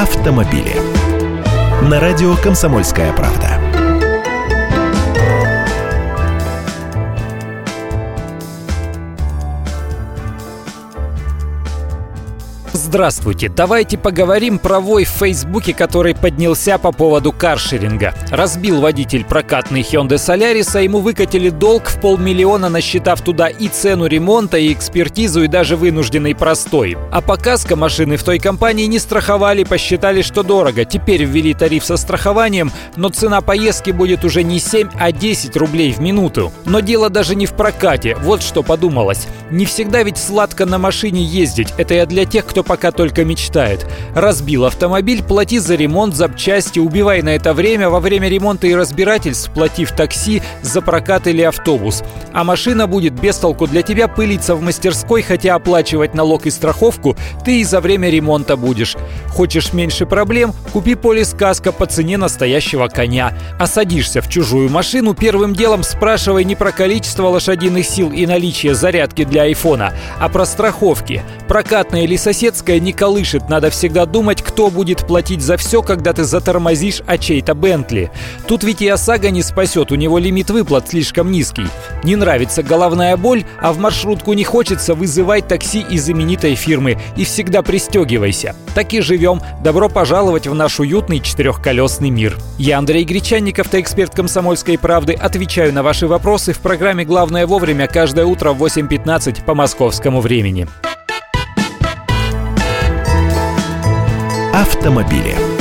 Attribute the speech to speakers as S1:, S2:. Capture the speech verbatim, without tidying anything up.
S1: автомобили. На радио «Комсомольская правда».
S2: Здравствуйте! Давайте поговорим про вой в Фейсбуке, который поднялся по поводу каршеринга. Разбил водитель прокатный Hyundai Solaris, а ему выкатили долг в полмиллиона, насчитав туда и цену ремонта, и экспертизу, и даже вынужденный простой. А показка машины в той компании не страховали, посчитали, что дорого. Теперь ввели тариф со страхованием, но цена поездки будет уже не семь, а десять рублей в минуту. Но дело даже не в прокате. Вот что подумалось. Не всегда ведь сладко на машине ездить. Это я для тех, кто пока только мечтает. Разбил автомобиль, плати за ремонт, запчасти, убивай на это время, во время ремонта и разбирательств плати в такси, за прокат или автобус. А машина будет без толку для тебя пылиться в мастерской, хотя оплачивать налог и страховку ты и за время ремонта будешь. Хочешь меньше проблем? Купи полис-каско по цене настоящего коня. А садишься в чужую машину, первым делом спрашивай не про количество лошадиных сил и наличие зарядки для айфона, а про страховки. Прокатная или соседская не колышет, надо всегда думать, кто будет платить за все, когда ты затормозишь о чей-то Бентли. Тут ведь и ОСАГО не спасет, у него лимит выплат слишком низкий. Не нравится головная боль, а в маршрутку не хочется, вызывай такси из именитой фирмы и всегда пристегивайся. Так и живем. Добро пожаловать в наш уютный четырехколесный мир. Я Андрей Гречанник, автоэксперт «Комсомольской правды». Отвечаю на ваши вопросы в программе «Главное вовремя» каждое утро в восемь пятнадцать по московскому времени.
S1: Автомобили.